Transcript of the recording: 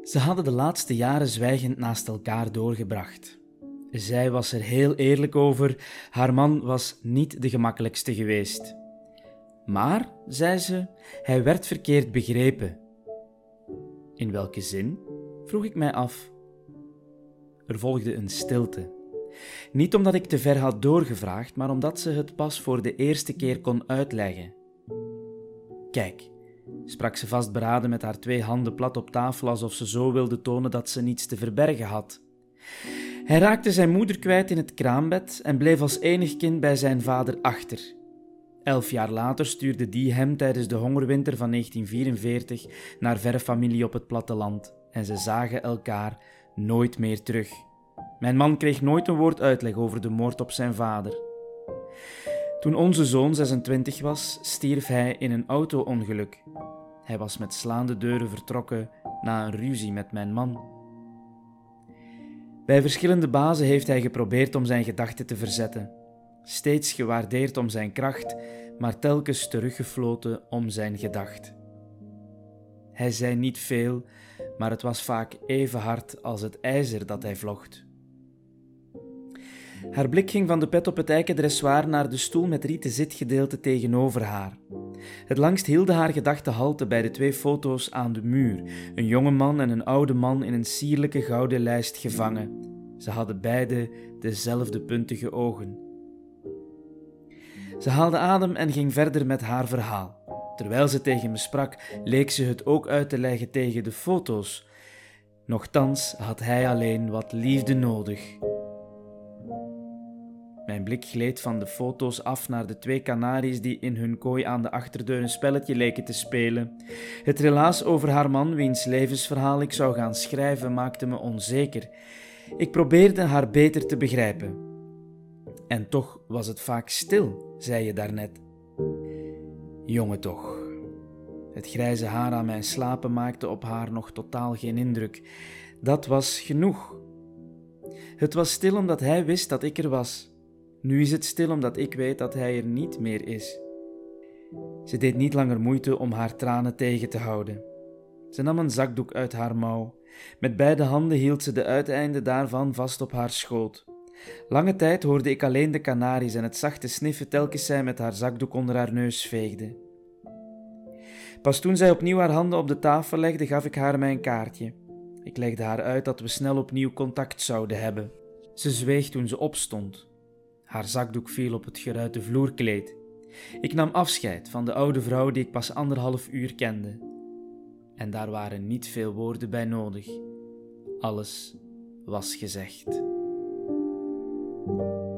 Ze hadden de laatste jaren zwijgend naast elkaar doorgebracht. Zij was er heel eerlijk over, haar man was niet de gemakkelijkste geweest. Maar, zei ze, hij werd verkeerd begrepen. In welke zin? Vroeg ik mij af. Er volgde een stilte. Niet omdat ik te ver had doorgevraagd, maar omdat ze het pas voor de eerste keer kon uitleggen. Kijk, sprak ze vastberaden met haar 2 handen plat op tafel alsof ze zo wilde tonen dat ze niets te verbergen had. Hij raakte zijn moeder kwijt in het kraambed en bleef als enig kind bij zijn vader achter. 11 jaar later stuurde die hem tijdens de hongerwinter van 1944 naar verre familie op het platteland en ze zagen elkaar nooit meer terug. Mijn man kreeg nooit een woord uitleg over de moord op zijn vader. Toen onze zoon 26 was, stierf hij in een auto-ongeluk. Hij was met slaande deuren vertrokken na een ruzie met mijn man. Bij verschillende bazen heeft hij geprobeerd om zijn gedachten te verzetten. Steeds gewaardeerd om zijn kracht, maar telkens teruggefloten om zijn gedacht. Hij zei niet veel, maar het was vaak even hard als het ijzer dat hij vlocht. Haar blik ging van de pet op het eiken dressoir naar de stoel met rieten zitgedeelte tegenover haar. Het langst hielden haar gedachten halte bij de 2 foto's aan de muur, een jonge man en een oude man in een sierlijke gouden lijst gevangen. Ze hadden beide dezelfde puntige ogen. Ze haalde adem en ging verder met haar verhaal. Terwijl ze tegen me sprak, leek ze het ook uit te leggen tegen de foto's. Nochtans had hij alleen wat liefde nodig. Mijn blik gleed van de foto's af naar de 2 kanaries die in hun kooi aan de achterdeur een spelletje leken te spelen. Het relaas over haar man, wiens levensverhaal ik zou gaan schrijven, maakte me onzeker. Ik probeerde haar beter te begrijpen. En toch was het vaak stil, zei je daarnet. Jongen toch. Het grijze haar aan mijn slapen maakte op haar nog totaal geen indruk. Dat was genoeg. Het was stil omdat hij wist dat ik er was. Nu is het stil omdat ik weet dat hij er niet meer is. Ze deed niet langer moeite om haar tranen tegen te houden. Ze nam een zakdoek uit haar mouw. Met beide handen hield ze de uiteinden daarvan vast op haar schoot. Lange tijd hoorde ik alleen de kanaries en het zachte sniffen telkens zij met haar zakdoek onder haar neus veegde. Pas toen zij opnieuw haar handen op de tafel legde, gaf ik haar mijn kaartje. Ik legde haar uit dat we snel opnieuw contact zouden hebben. Ze zweeg toen ze opstond. Haar zakdoek viel op het geruite vloerkleed. Ik nam afscheid van de oude vrouw die ik pas 1,5 uur kende. En daar waren niet veel woorden bij nodig. Alles was gezegd.